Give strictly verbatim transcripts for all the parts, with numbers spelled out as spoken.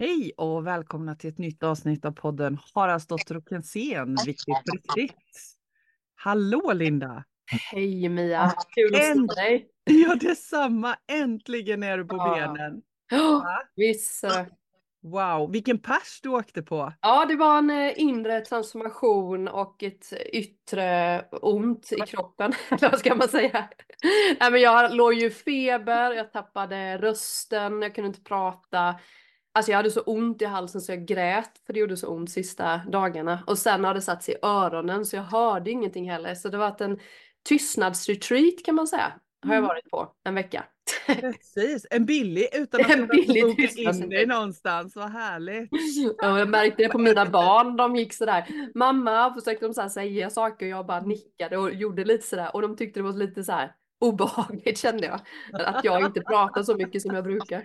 Hej och välkomna till ett nytt avsnitt av podden Haraldsdotter och Kensén, viktigt på riktigt. Hallå Linda! Hej Mia, kul att Änt- se dig. ja, detsamma. Äntligen är du på Ja, benen. oh, Va? visst. eh, Wow, vilken pers du åkte på. Ja, det var en eh, inre transformation och ett yttre ont i kroppen. Eller vad ska man säga? Nej, men jag låg ju i feber, jag tappade rösten, jag kunde inte prata. Alltså jag hade så ont i halsen så jag grät för det gjorde så ont sista dagarna. Och sen har det satt sig i öronen så jag hörde ingenting heller. Så det var en tystnadsretreat kan man säga. Har jag Mm, varit på en vecka. precis, en billig utan att du En behövde billig boka in dig tystnadsretreat. någonstans. Vad härligt. Ja, jag märkte det på mina barn. De gick sådär. Mamma försökte de så här säga saker och jag bara nickade och gjorde lite sådär. Och de tyckte det var lite så här obehagligt kände jag. Att jag inte pratar så mycket som jag brukar.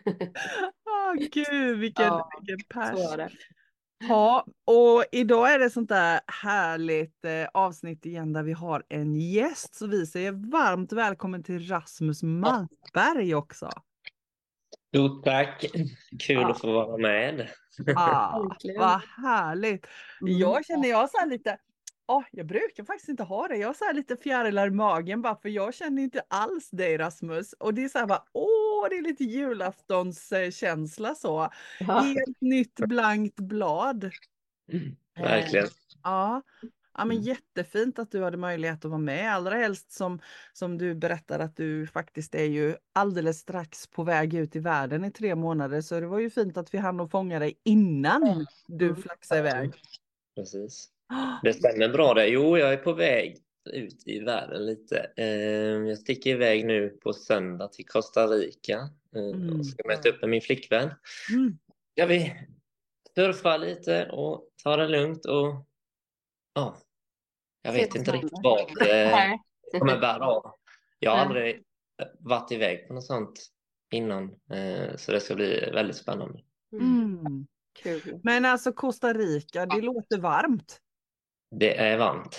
Åh gud, vilken, Ja, vilken så pers. var det. Ja, och idag är det sånt där härligt eh, avsnitt igen där vi har en gäst. Så vi säger varmt välkommen till Rasmus Malmberg också. Stort tack. Kul Ja, att få vara med. ah, Verkligen. vad härligt. Mm. Jag känner jag så här lite, åh, jag brukar faktiskt inte ha det. Jag har så här lite fjärilar i magen bara för jag känner inte alls dig Rasmus. Och det är så här bara, åh, det är lite julaftonskänsla så. Ja. Helt nytt blankt blad. Eh, Verkligen. ja. Ja, men Mm. jättefint att du hade möjlighet att vara med. Allra helst som, som du berättar att du faktiskt är ju alldeles strax på väg ut i världen i tre månader. Så det var ju fint att vi hann att fånga dig innan du Mm. flaxade iväg. Precis. Det stämmer bra det. Jo, jag är på väg ut i världen lite. Eh, Jag sticker iväg nu på söndag till Costa Rica eh, och Mm. ska möta upp med min flickvän. Mm. Ska vi surfa lite och ta det lugnt och ja, jag Se vet vad inte som riktigt händer. vad det Nej. kommer bära av. Jag har Nej. aldrig varit iväg på något sånt innan, eh, så det ska bli väldigt spännande. Mm. Mm. Kul. Men alltså Costa Rica, det låter varmt. Det är varmt.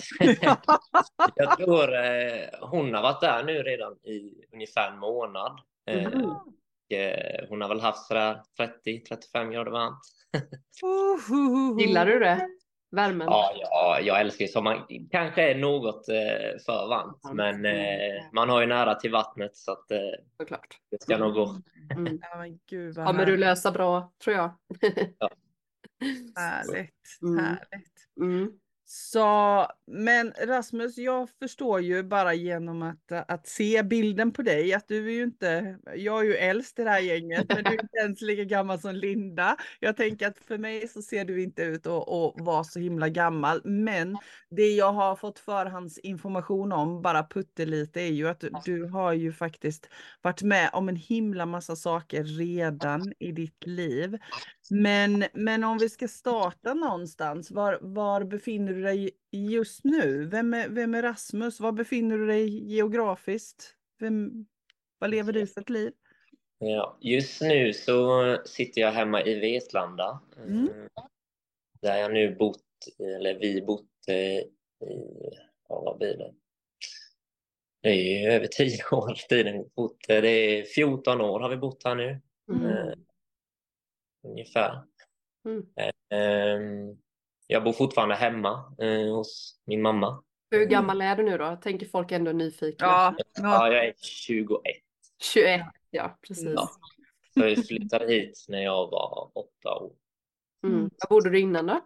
Jag tror eh, hon har varit där nu redan i ungefär en månad. Eh, Mhm. och, eh, hon har väl haft sådär trettio till trettiofem grader varmt. Gillar du det? Värmen? Ja, ja, jag älskar ju sommar. Kanske är något eh, för varmt, men eh, man har ju nära till vattnet så att eh, Såklart. det ska nog gå. Mm. Ja, men gud vad Kommer du härligt. lösa bra, tror jag. Ja. Härligt. Mm. Härligt. Mm. Så, men Rasmus, jag förstår ju bara genom att, att se bilden på dig att du är ju inte, jag är ju äldst i det här gänget, men du är inte ens lika gammal som Linda. Jag tänker att för mig så ser du inte ut att, att vara så himla gammal, men det jag har fått förhandsinformation om, bara puttelite, är ju att du, du har ju faktiskt varit med om en himla massa saker redan i ditt liv. Men, men om vi ska starta någonstans, var, var befinner du dig just nu? Vem är, vem är Rasmus? Var befinner du dig geografiskt? Vem, vad lever du för ett liv? Ja, just nu så sitter jag hemma i Vetlanda. Mm. eh, Där jag nu bott, eller vi bott eh, i, ja, vad blir det? Det är ju över tio år tiden bott. Det är fjorton år har vi bott här nu. Mm. Eh, ungefär. Mm. Eh, jag bor fortfarande hemma eh, hos min mamma. Hur Eh, gammal är du nu då? Tänker folk ändå är nyfikna. Ja, ja, ja, jag är tjugoett. tjugoett, ja precis. Ja. Så jag flyttade hit när jag var åtta år. Mm. Mm. Var bodde du innan då?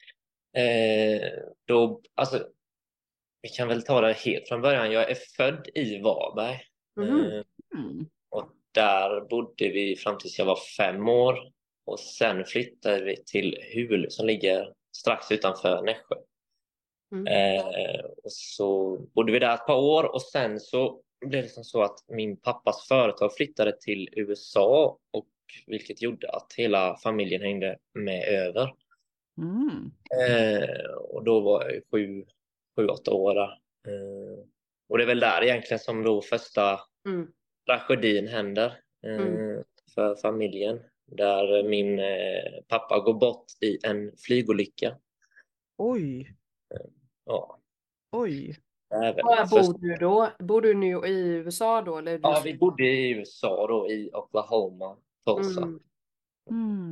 Eh, då, alltså, vi kan väl ta det helt från början. Jag är född i Varberg. Mhm. Eh, Mm. och där bodde vi fram tills jag var fem år. Och sen flyttade vi till Hul som ligger strax utanför Nässjö. Mm. Eh, och så bodde vi där ett par år och sen så blev det som så att min pappas företag flyttade till U S A, och vilket gjorde att hela familjen hängde med över. Mm. Eh, och då var jag ju sju, sju, åtta år där. Eh, och det är väl där egentligen som då första Mm. tragedin händer eh, Mm. för familjen. Där min eh, pappa går bort i en flygolycka. Oj, Ja, oj. det är väl Var först... bor du då? Bor du nu i U S A då? Eller är du... Ja, vi bodde i U S A då, i Oklahoma, Tulsa. Mm. Mm.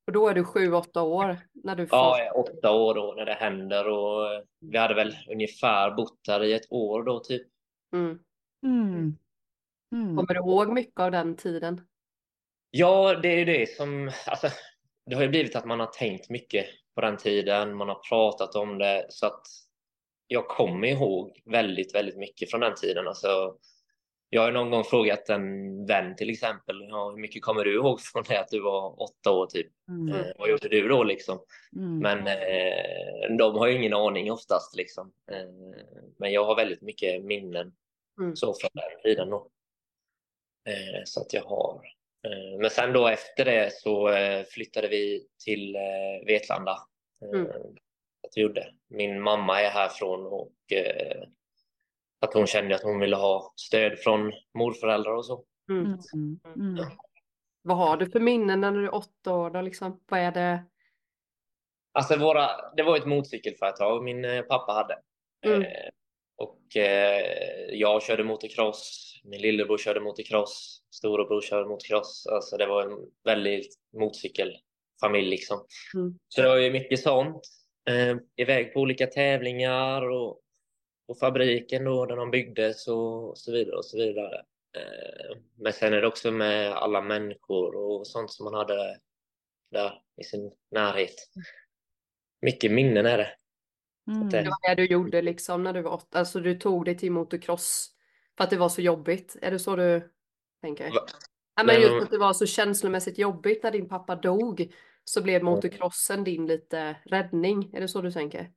Och då är du sju, åtta år när du får... Ja, jag är åtta år då när det händer och vi hade väl ungefär bott där i ett år då typ. Mm. Mm. Mm. Kommer du ihåg mycket av den tiden? Ja, det är ju det som, alltså, det har ju blivit att man har tänkt mycket på den tiden, man har pratat om det, så att jag kommer ihåg väldigt, väldigt mycket från den tiden. Alltså, jag har ju någon gång frågat en vän till exempel, ja, hur mycket kommer du ihåg från det att du var åtta år typ? Mm. Eh, vad gjorde du då liksom? Mm. Men eh, de har ju ingen aning oftast liksom. Eh, men jag har väldigt mycket minnen Mm. så från den tiden då. Eh, så att jag har. Eh, men sen då efter det så eh, flyttade vi till eh, Vetlanda. Eh, Mm. att vi gjorde. Min mamma är härifrån och eh, att hon kände att hon ville ha stöd från morföräldrar och så. Mm. Mm. Mm. Vad har du för minnen när du är åtta år då liksom? Vad är det? Alltså våra, det var ett motorcykelföretag min eh, pappa hade. Mm. Eh, och eh, jag körde motocross, min lillebror körde motocross, storebror körde motocross. Alltså det var en väldigt motorcykelfamilj liksom. Mm. Så det var ju mycket sånt. Eh, iväg på olika tävlingar och på fabriken då där de byggdes och så vidare och så vidare. Eh, men sen är det också med alla människor och sånt som man hade där i sin närhet. Mycket minnen är det. Mm. det Det var det du gjorde liksom när du var åtta. Alltså du tog dig till motocross för att det var så jobbigt. Är det så du tänker? Va? Ja, men Nej, just men- att det var så känslomässigt jobbigt när din pappa dog. Så blev motocrossen din lite räddning. Är det så du tänker?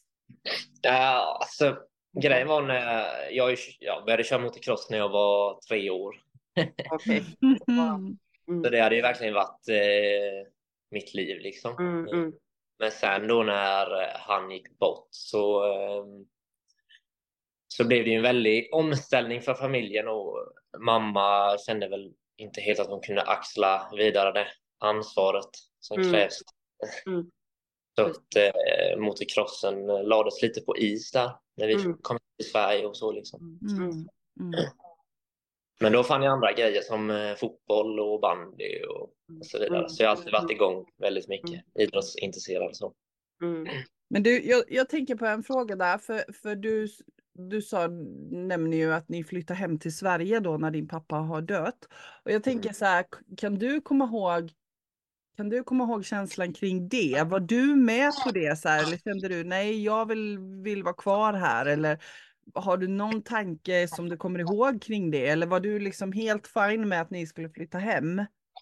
Ja, alltså, grejen var när jag ja, började köra motocross när jag var tre år. Okej. Mm. Så Mm. det hade ju verkligen varit eh, mitt liv liksom. Mm, mm, Men sen då när eh, han gick bort så, eh, så blev det ju en väldig omställning för familjen och mamma kände väl inte helt att hon kunde axla vidare det ansvaret som Mm. krävs. Mm. Så att eh, motocrossen lades lite på is där när vi Mm. kom till Sverige och så liksom. Mm. Mm. Men då fann jag andra grejer som eh, fotboll och bandy och, och så vidare. Mm. Så jag har alltid varit igång väldigt mycket, idrottsintresserad och så. Mm. Men du, jag, jag tänker på en fråga där, för, för du, du sa, nämner ju att ni flyttar hem till Sverige då när din pappa har dött. Och jag tänker så här, kan du komma ihåg, kan du komma ihåg känslan kring det? Var du med på det så här, eller kände du, nej, jag vill, vill vara kvar här, eller har du någon tanke som du kommer ihåg kring det? Eller var du liksom helt fine med att ni skulle flytta hem?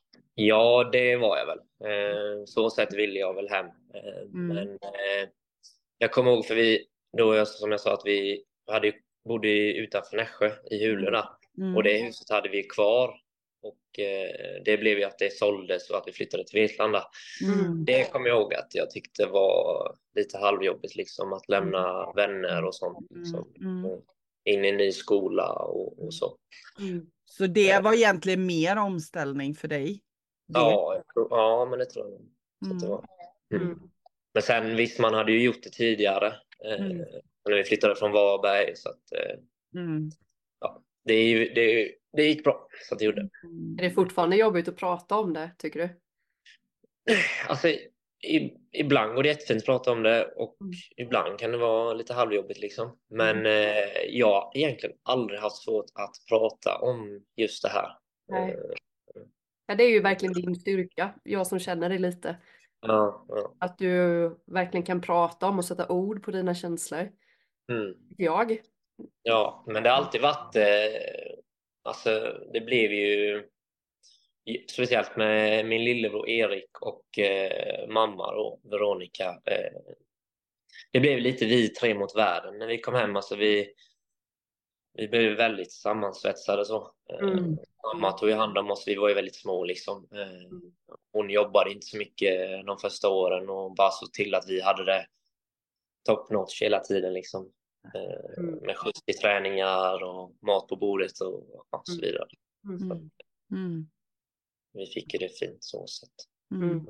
Ja, det var jag väl. Eh, så sätt ville jag väl hem. Eh, Mm. Men eh, jag kommer ihåg, för vi, då som jag sa, att vi hade, bodde utanför Nässjö i Hulorna. Mm. Och det huset hade vi kvar. Och eh, det blev ju att det såldes och att vi flyttade till Vetlanda. Mm. Det kommer jag ihåg att jag tyckte var lite halvjobbigt liksom, att lämna vänner och sånt. Liksom, Mm. och in i en ny skola och, och så. Mm. Så det var egentligen mer omställning för dig? Det. Ja, jag tror, ja, men det tror jag. Så att det Mm. var. Mm. Mm. Men sen visst, man hade ju gjort det tidigare. Eh, Mm. när vi flyttade från Varberg. Så att, eh, Mm. ja, det, är ju- det, det gick bra. Så att det gjorde. Är det fortfarande jobbigt att prata om det, tycker du? Alltså, i, ibland går det jättefint att prata om det och Mm. ibland kan det vara lite halvjobbigt liksom. Men eh, jag har egentligen aldrig haft svårt att prata om just det här. Nej. Eh, Ja, det är ju verkligen din styrka, jag som känner dig lite. ja, ja. Att du verkligen kan prata om och sätta ord på dina känslor. Mm. Jag. Ja, men det har alltid varit, eh, alltså det blev ju, speciellt med min lillebror Erik och eh, mamma då, Veronica. Eh, det blev lite vi tre mot världen när vi kom hem. Alltså vi, vi blev väldigt sammansvetsade så. Eh, Mm. Mamma tog ju hand om oss, vi var ju väldigt små liksom. Eh, hon jobbade inte så mycket de första åren och bara såg till att vi hade det top notch hela tiden liksom. Eh, Mm. med skjuts till träningar och mat på bordet och, och så vidare. Mm. Mm. Mm. Vi fick ju det fint så sett. Mm. Mm.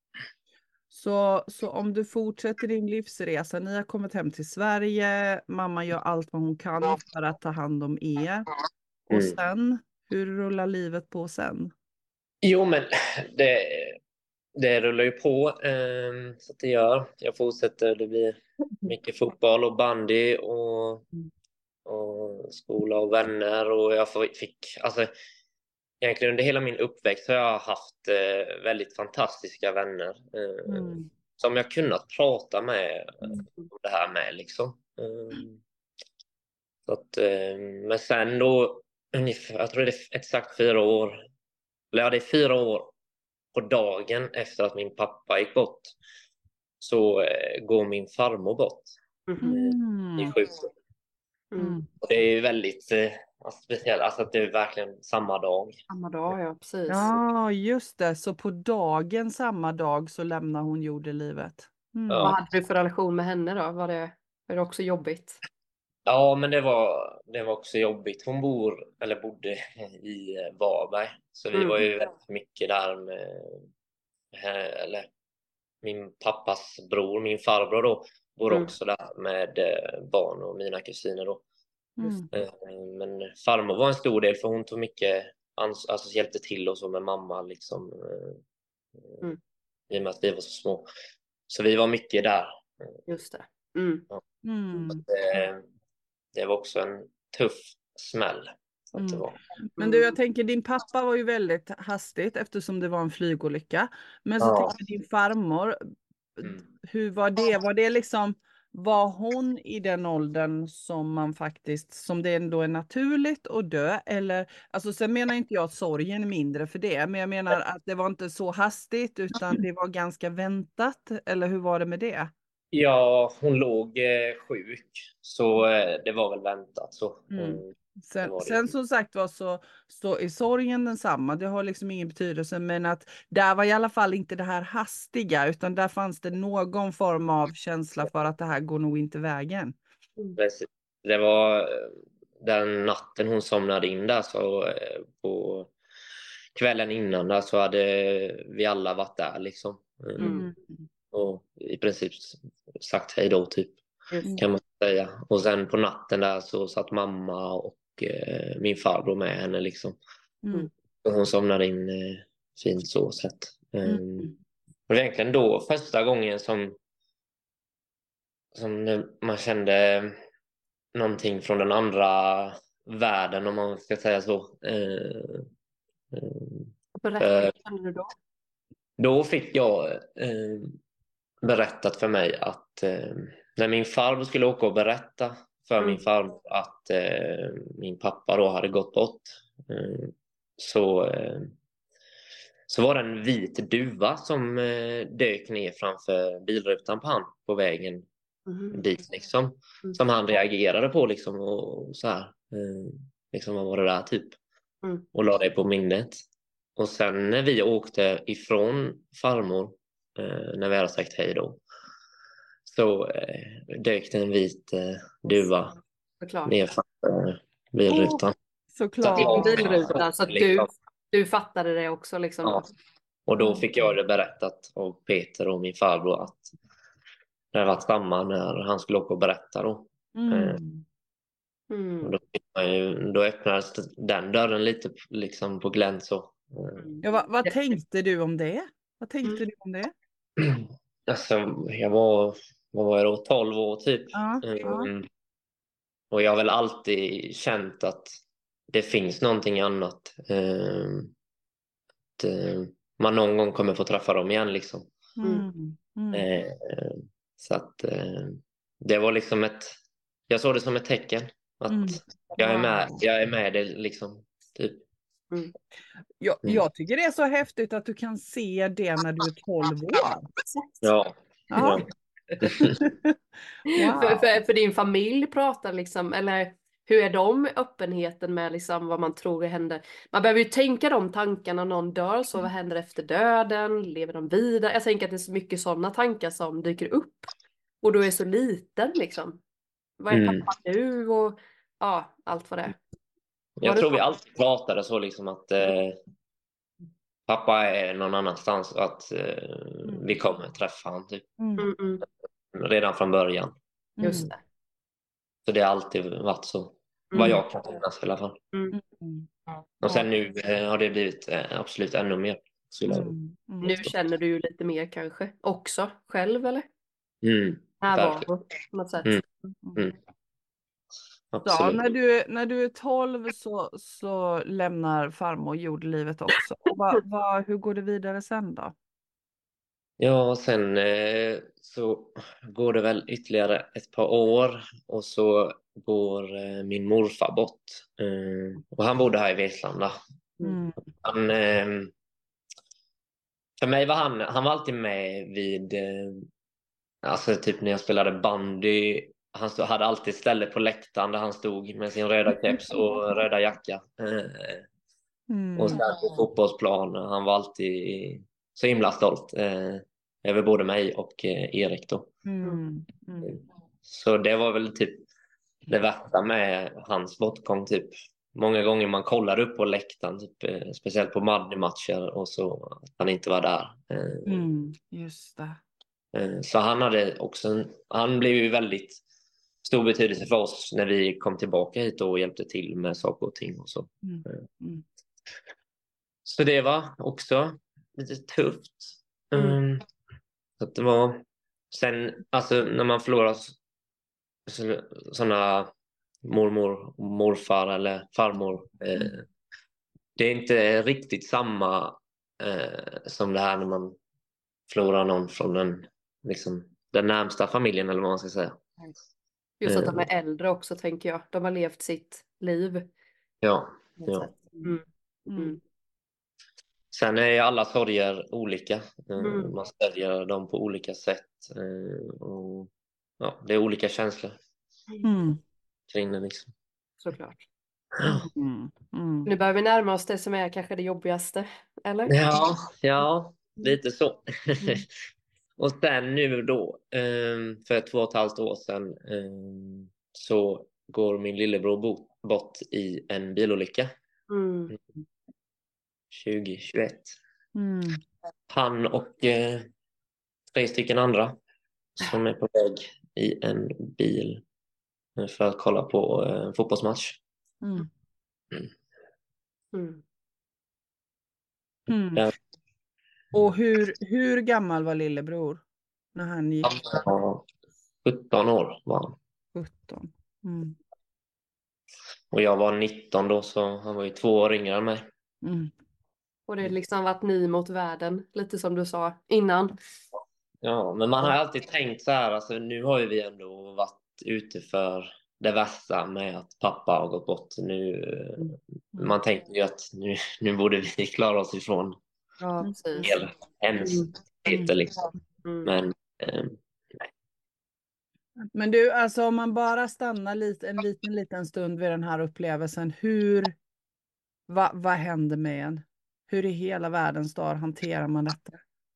Så, så om du fortsätter din livsresa, ni har kommit hem till Sverige, mamma gör allt vad hon kan för att ta hand om er. Och Mm. sen, hur rullar livet på sen? Jo, men det, det rullar ju på, eh, så att det gör. Jag fortsätter, det blir mycket fotboll och bandy och, och skola och vänner. Och jag får- fick, alltså egentligen under hela min uppväxt har jag haft eh, väldigt fantastiska vänner. Eh, Mm. som jag kunnat prata med eh, om det här med liksom. Eh, så att, eh, men sen då, ungefär, jag tror det är exakt fyra år, eller ja, det är fyra år på dagen efter att min pappa gick bort, så eh, går min farmor bort Mhm. i Mm. sjukdom. Mm. Mm. Och det är ju väldigt eh, speciellt, alltså att det är verkligen samma dag. Samma dag, ja, precis. Ja, just det. Så på dagen samma dag så lämnar hon jordelivet. Mm. Ja. Vad hade du för relation med henne då? Var det, var det också jobbigt? Ja, men det var, det var också jobbigt. Hon bor, eller bodde i eh, Varberg. Så vi Mm. var ju väldigt mycket där med, eh, eller min pappas bror, min farbror då, bor Mm. också där med eh, barn och mina kusiner då. Mm. Eh, Men farmor var en stor del, för hon tog mycket, ans- alltså hjälpte till och så med mamma liksom. eh, Mm. I och med att vi var så små. Så vi var mycket där. Just det. Mm. Mm. Det, det var också en tuff smäll. Så att det Mm. var. Men du, jag tänker din pappa var ju väldigt hastigt eftersom det var en flygolycka. Men så Ja. tänker jag din farmor, Mm. hur var det? Var det liksom, var hon i den åldern som man faktiskt, som det ändå är naturligt att dö? Eller, alltså sen menar inte jag att sorgen är mindre för det, men jag menar att det var inte så hastigt utan det var ganska väntat. Eller hur var det med det? Ja, hon låg eh, sjuk. Så eh, det var väl väntat. Så, Mm. mm, det Sen, var det. sen som sagt var så, så är sorgen densamma. Det har liksom ingen betydelse. Men att där var i alla fall inte det här hastiga. Utan där fanns det någon form av känsla för att det här går nog inte vägen. Precis. Det var eh, den natten hon somnade in där, så eh, på kvällen innan där så hade vi alla varit där liksom. Mm. Mm. Och i princip sagt hej då typ, Just. kan man säga. Och sen på natten där så satt mamma och eh, min farbror med henne liksom. Mm. Och hon somnade in eh, fint så sett. Um, Mm. och det var egentligen då första gången som, som man kände någonting från den andra världen, om man ska säga så. Uh, uh, Berätta, uh, vad kände du då? då fick jag uh, berättat för mig att uh, när min farbror skulle åka och berätta för Mm. min farbror att uh, min pappa då hade gått bort, uh, så uh, så var det en vit duva som uh, dök ner framför bilrutan på han på vägen Mm. dit liksom, Mm. som han reagerade på liksom, och så här, uh, liksom, vad var det där typ, Mm. och la det på minnet. Och sen när vi åkte ifrån farmor, uh, när vi hade sagt hej då, så uh, dök det en vit uh, duva Såklart. ner framför uh, bilrutan. Såklart. Ja. I bilrutan, så att du, Liksom. du fattade det också liksom. Ja. Och då fick jag det berättat av Peter och min farbror att det var samma när han skulle åka och berätta då. Mm. Mm. Och då, fick man ju, då öppnades den dörren lite liksom på glänt så. Ja, vad, vad tänkte du om det? Vad tänkte Mm. du om det? Alltså, jag var, vad var jag då, tolv år typ. Ja, ja. Mm. Och jag har väl alltid känt att det finns någonting annat. Um, att uh, man någon gång kommer få träffa dem igen liksom. Mm. Mm. Eh, så att eh, det var liksom ett, jag såg det som ett tecken att Mm. jag är med, jag är med det liksom typ. Mm. Jag, Mm. jag tycker det är så häftigt att du kan se det när du är tolv år. Ja. Ja. Wow. För, för, för din familj pratar liksom, eller hur är de öppenheten med liksom vad man tror händer? Man behöver ju tänka de tankarna när någon dör, så vad händer efter döden? Lever de vidare? Jag tänker att det är så mycket sådana tankar som dyker upp. Och då är så liten liksom. Vad är Mm. pappa nu? Och ja, allt vad det är. Jag Var det tror vi så? alltid pratade så liksom att eh, pappa är någon annanstans och att eh, vi kommer träffa han typ Mm. Mm, mm. redan från början. Just det. Så det har alltid varit så. Vad jag kan minnas i alla fall. Mm. Mm. Och sen nu eh, har det blivit eh, absolut ännu mer. skulle jag Mm. Mm. Nu känner du ju lite mer kanske också själv, eller? Mm, Närvaro på något sätt. Mm. Mm. Mm. Ja, absolut. när du, när du är tolv så, så lämnar farmor jordlivet också. Va, va, hur går det vidare sen då? Ja, sen eh, så går det väl ytterligare ett par år och så går eh, min morfar bort. Eh, och han bodde här i Vetlanda. Mm. Han, eh, för mig var han, han var alltid med vid, eh, alltså typ när jag spelade bandy. Han stod, hade alltid ställe på läktaren där han stod med sin röda keps och röda jacka. Eh, och sen Mm. på fotbollsplan, han var alltid så himla stolt eh, över både mig och eh, Erik då. Mm. Mm. Så det var väl typ det värsta med hans bortgång. Typ. Många gånger man kollade upp på läktaren, typ, eh, speciellt på Madden-matcher, och så att han inte var där. Eh, Mm. Just det. eh, så han hade också en, han blev ju väldigt stor betydelse för oss när vi kom tillbaka hit och hjälpte till med saker och ting och så. Mm. Eh, Mm. Så det var också lite tufft. Mm. Um, så att det var sen, alltså när man förlorar sådana mormor, morfar eller farmor, eh, det är inte riktigt samma eh, som det här när man förlorar någon från den, liksom, den närmsta familjen eller vad man ska säga. Just att de Eh, är äldre också, tänker jag. De har levt sitt liv. ja, På något ja. sätt. Mm. Mm. Sen är alla sorger olika. Eh, Mm. Man stödjer dem på olika sätt. Eh, och, ja, det är olika känslor Mm. kring det liksom. Såklart. Mm. Mm. Nu börjar vi närma oss det som är kanske det jobbigaste, eller? Ja, ja, lite så. Mm. Och sen nu då, eh, för två och ett halvt år sedan, eh, så går min lillebror bo- bort i en bilolycka Mm. tjugo tjugoett. Mm. Han och eh, tre stycken andra som är på väg i en bil eh, för att kolla på eh, en fotbollsmatch. Mm. Mm. Mm. Ja. Och hur, hur gammal var lillebror när han gick? Han var sjutton år var han. sjutton. Mm. Och jag var nitton då, så han var ju två år yngre än mig. Mm. Och det har liksom varit ni mot världen, lite som du sa innan. Ja, men man har alltid tänkt så här, alltså, nu har ju vi ändå varit ute för det värsta med att pappa har gått bort. Nu, Mm. man tänker ju att nu, nu borde vi klara oss ifrån Ja, Mm. precis. hela hemskheter liksom. Mm. Men eh, Men du, alltså om man bara stannar lite, en liten, liten stund vid den här upplevelsen, hur, va, vad händer med en? Hur i hela världens dag hanterar man detta?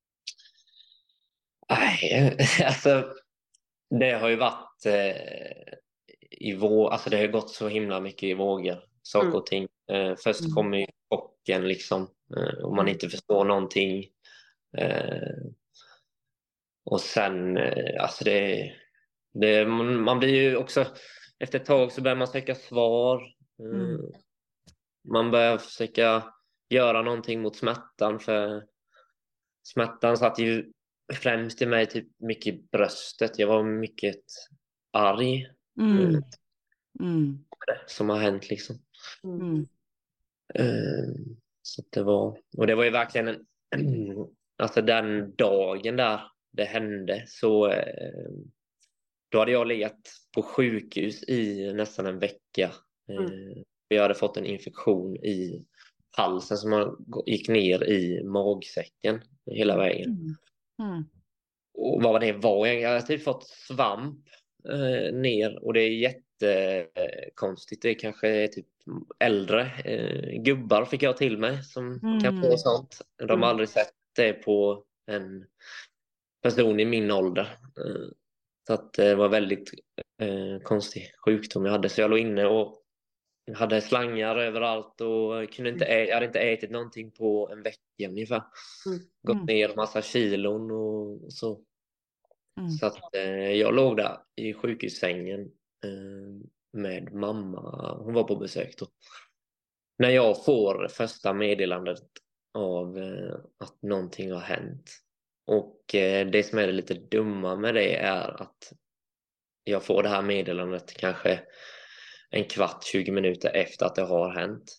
nej, alltså, det har ju varit eh, i vår, alltså det har gått så himla mycket i vågor, saker Mm. och ting. Eh, först Mm. kommer ju chocken liksom, eh, och man inte förstår någonting. Eh, och sen, eh, alltså det, det, man, man blir ju också, efter ett tag så börjar man söka svar. Eh, Mm. Man börjar försöka göra någonting mot smärtan, för smärtan satt ju främst i mig typ mycket i bröstet. Jag var mycket arg Mm. Mm. som har hänt liksom. Mm. Mm. Eh, så det var, och det var ju verkligen en, alltså den dagen där det hände, så eh, då hade jag legat på sjukhus i nästan en vecka. Mm. Eh, jag hade fått en infektion i halsen som gick ner i magsäcken hela vägen. Mm. Mm. Och vad det var, jag hade typ fått svamp eh, ner, och det är jättekonstigt. Det är kanske typ äldre eh, gubbar fick jag till mig som Mm. kan få sånt. De har Mm. aldrig sett det på en person i min ålder. Eh, så att det var väldigt eh, konstig sjukdom jag hade. Så jag låg inne och hade slangar överallt och kunde inte ä- jag hade inte ätit någonting på en vecka ungefär. Mm. Gått Mm. ner massa kilon och så. Mm. Så att eh, jag låg där i sjukhussängen eh, med mamma. Hon var på besök då. När jag får första meddelandet av eh, att någonting har hänt. Och eh, det som är det lite dumma med det är att jag får det här meddelandet kanske en kvart, tjugo minuter efter att det har hänt.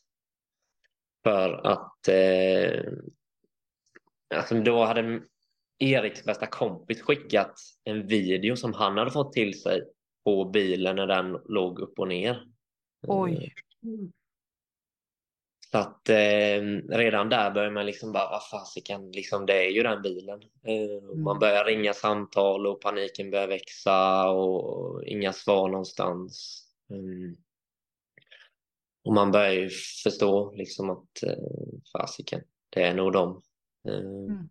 För att eh, alltså då hade Eriks bästa kompis skickat en video som han hade fått till sig på bilen när den låg upp och ner. Oj. Mm. Så att eh, redan där börjar man liksom bara, vad fasiken, liksom, det är ju den bilen. Eh, Mm. Man börjar ringa samtal och paniken börjar växa och inga svar någonstans. Mm. Och man börjar ju förstå liksom att eh, fasiken, det är nog dem. Eh, Mm.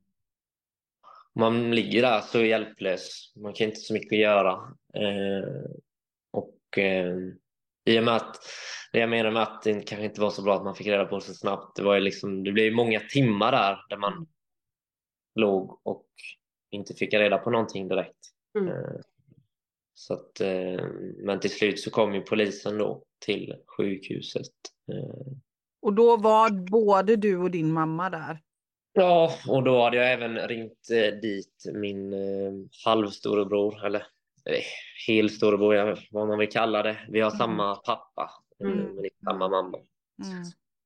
Man ligger där så hjälplös. Man kan inte så mycket göra. Eh, och eh, i och med att det jag menar med att det kanske inte var så bra att man fick reda på det så snabbt. Det var ju liksom, det blev många timmar där där man Mm. låg och inte fick reda på någonting direkt. Mm. Eh, så att, eh, men till slut så kom ju polisen då till sjukhuset. Eh, Och då var både du och din mamma där? Ja, och då hade jag även ringt eh, dit min eh, halvstorebror, eller eh, helstorebror, jag vet inte vad man vill kalla det. Vi har Mm. samma pappa, eh, Mm. men inte samma mamma. Mm.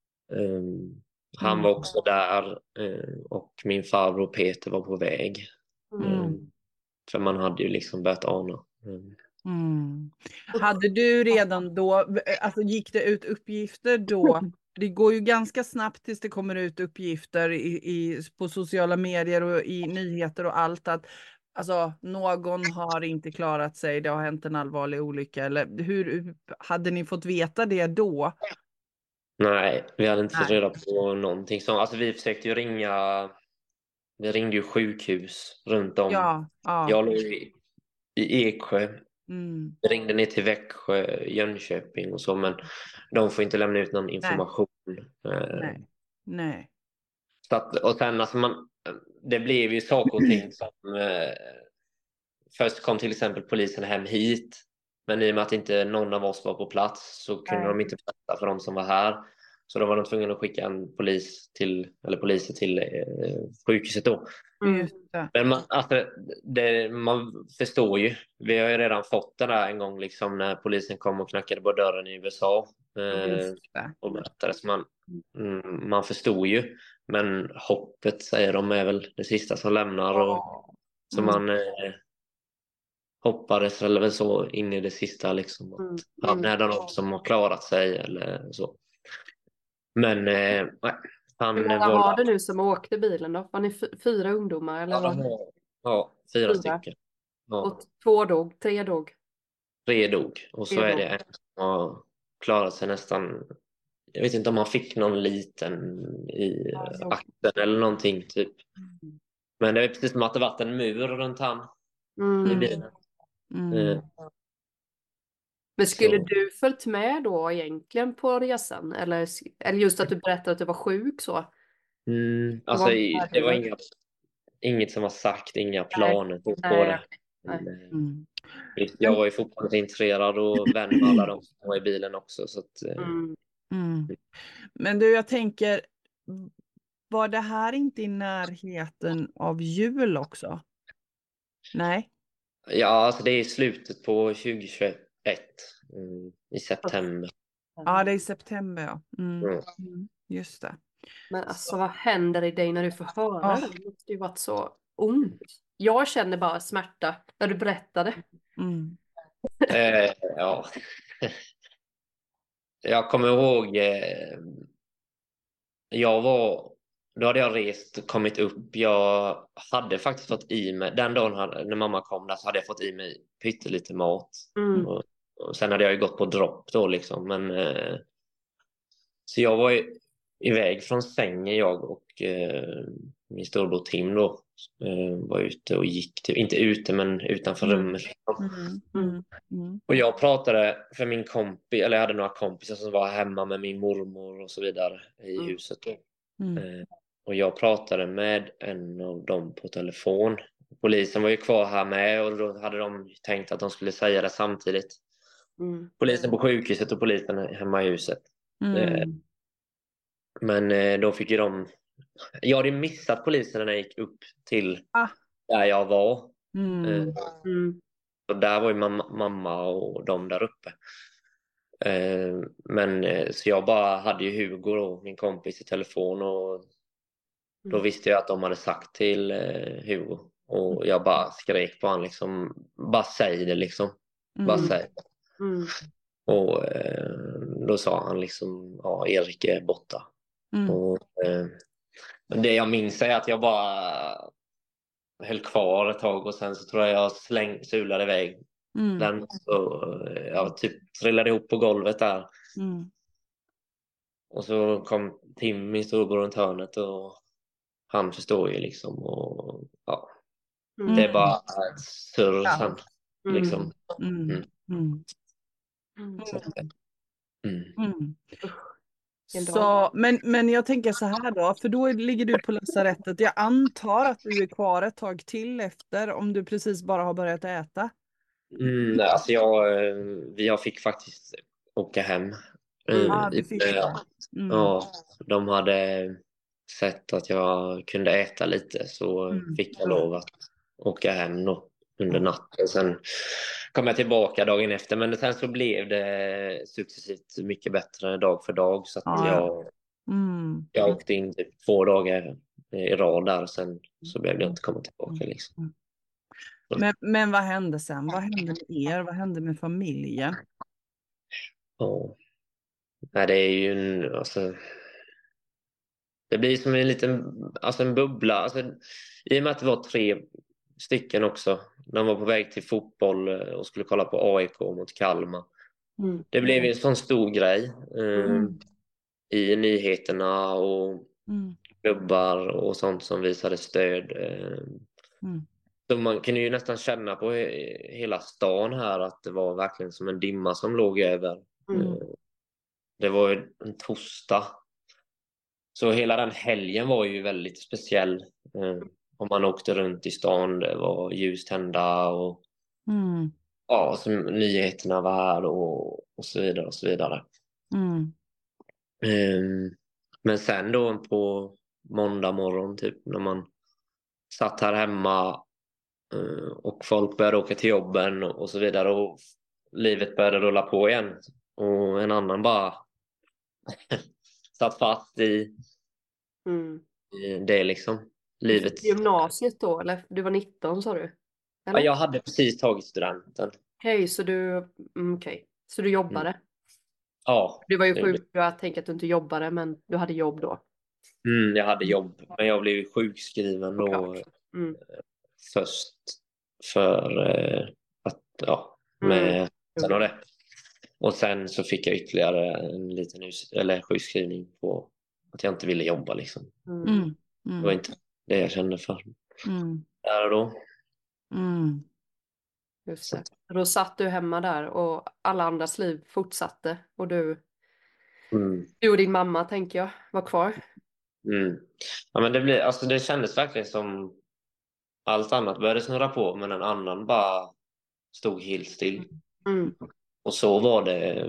Um, han Mm. var också där eh, och min farbror Peter var på väg. Mm. Um, för man hade ju liksom börjat ana. Um, Mm. Hade du redan då, alltså gick det ut uppgifter då? Det går ju ganska snabbt tills det kommer ut uppgifter i, i, på sociala medier och i nyheter och allt att alltså, någon har inte klarat sig, det har hänt en allvarlig olycka. Eller hur hade ni fått veta det då? nej, vi hade inte fått Nej. reda på någonting. Så, alltså, vi försökte ju ringa, vi ringde ju sjukhus runt om. Ja, ja. Jag låg i, i Eksjö. Mm. Vi ringde ner till Växjö, Jönköping och så, men de får inte lämna ut någon information. Eh, Nej. Nej. Så att, och sen alltså man, det blev ju saker och ting som eh, först kom till exempel polisen hem hit, men i och med att inte någon av oss var på plats så kunde Nej. de inte berätta för de som var här. Så då var de tvungna att skicka en polis till, eller poliser till eh, sjukhuset då. Mm. Just det. Men man, alltså, det, man förstår ju. Vi har ju redan fått det där en gång liksom, när polisen kom och knackade på dörren i U S A. Eh, Just det. och berättade. Så man, mm, man förstår ju. Men hoppet, säger de, är väl det sista som lämnar. Och, så Mm. man eh, hoppades eller väl så in i det sista. Liksom, att Mm. han är det någon som har klarat sig eller så. Men eh, nej. Han Hur många var, var det nu som åkte bilen då? Var ni fy- fyra ungdomar eller? ja, vad? de var, ja, fyra, Fyra. stycken. Ja. Och två dog, tre dog. Tre dog. Och så Tre är dog. det en som har klarat sig nästan. Jag vet inte om han fick någon liten i Ja, eh, så. axeln eller någonting typ. Men det är precis som att det varit en mur runt han i Mm. bilen. Mm. Eh, Men skulle Så. du följt med då egentligen på resan? Eller, eller just att du berättade att du var sjuk så? Mm, alltså, var i- det var inga, inget som var sagt, inga planer på Nej. det. Nej. Men, eh, Mm. jag var ju fortfarande intresserad och vän med alla de som var i bilen också. Så att, eh, Mm. Mm. Men du, jag tänker, var det här inte i närheten av jul också? Nej. ja, alltså det är i slutet på tjugohundratjugoett. Mm, I september. Ja, det är i september, ja. Mm. Mm. Mm. Just det. Men alltså vad händer i dig när du får höra Ja. det? Det måste ju varit så ont. Jag känner bara smärta när du berättade. Mm. Eh, ja. Jag kommer ihåg, eh, jag var, då hade jag rest och kommit upp. Jag hade faktiskt fått i mig, den dagen hade, när mamma kom där så hade jag fått i mig pyttelite mat. Mm. Och, och sen hade jag ju gått på dropp då liksom. Men, eh, så jag var ju iväg från sängen, jag och eh, min storbror Tim då. Eh, var ute och gick, typ, inte ute men utanför Mm. rummet. Liksom. Mm. Mm. Mm. Och jag pratade för min kompis, eller jag hade några kompisar som var hemma med min mormor och så vidare i Mm. huset då. Mm. Eh, och jag pratade med en av dem på telefon. Polisen var ju kvar här med och då hade de tänkt att de skulle säga det samtidigt. Mm. Polisen på sjukhuset och polisen hemma i huset. Eh, Mm. men eh, då fick ju de jag hade missat polisen när jag gick upp till Ah. där jag var. Mm. Eh, Mm. och där var ju mamma, mamma och de där uppe. Eh, men eh, så jag bara hade ju Hugo då, min kompis, i telefon, och då Mm. visste jag att de hade sagt till eh, Hugo. Och jag bara skrek på han liksom, bara säg det liksom. Bara Mm. säg. Mm. Och eh, då sa han liksom, ja, Erik är borta. Mm. Och eh, det jag minns är att jag bara höll kvar ett tag och sen så tror jag jag släng, sulade iväg. Mm. Den, så eh, jag typ trillade ihop på golvet där. Mm. Och så kom Tim, min storbror, runt hörnet, och han förstår ju liksom. Och ja, Mm. det är bara ett surr Ja. sen. Mm. Liksom. Mm. Mm. Mm. Mm. Så, att, mm. Mm. En dag. Så, men, men jag tänker så här då, för då ligger du på lasarettet. Jag antar att du är kvar ett tag till efter, om du precis bara har börjat äta. Mm, alltså jag, eh, vi jag fick faktiskt åka hem. Mm. Ja, Eh, du fick eh, det. Mm. Ja, de hade sett att jag kunde äta lite, så Mm. fick jag lov att åka hem då under natten. Sen kom jag tillbaka dagen efter, men sen så blev det successivt mycket bättre dag för dag, så att Ja, ja. jag, Mm. jag åkte in typ två dagar i rad där, och sen så blev det inte komma tillbaka liksom. Men, men vad hände sen? Vad hände med er? Vad hände med familjen? Ja. Nej, det är ju en, alltså, det blir som en liten, alltså en bubbla. Alltså, i och med att det var tre stycken också. De var på väg till fotboll och skulle kolla på A I K mot Kalmar. Mm. Det blev en sån stor grej eh, Mm. i nyheterna och Mm. klubbar och sånt som visade stöd. Eh. Mm. Så man kunde ju nästan känna på he- hela stan här att det var verkligen som en dimma som låg över. Mm. Eh, det var ju en torsdag. Så hela den helgen var ju väldigt speciell. Eh, och man åkte runt i stan, det var ljus tända och Mm. ja, så nyheterna var här och, och så vidare och så vidare. Mm. Eh, men sen då på måndag morgon typ, när man satt här hemma eh, och folk började åka till jobben och, och så vidare, och livet började rulla på igen, och en annan bara satt fast i, Mm. i det liksom. Livet. Gymnasiet då, eller? Du var nitton sa du? Ja, Eller? jag hade precis tagit studenten. Okej, så du, mm, okej. Så du jobbade? Ja, Du var ju det sjuk, gjorde jag tänkte att du inte jobbade, men du hade jobb då. mm, jag hade jobb, men jag blev sjukskriven då Såklart. Mm. först för eh, att, ja, med Mm. sen och det. Och sen så fick jag ytterligare en liten us- eller sjukskrivning på att jag inte ville jobba liksom. Mm. Mm. Det var Mm. inte det jag kände för Mm. där och då. Mm. Just det. Då satt du hemma där och alla andras liv fortsatte och du, Mm. du och din mamma, tänker jag, var kvar. Mm. Ja, men det, blev, alltså, det kändes verkligen som allt annat började snurra på, men en annan bara stod helt still. Mm. Och så var det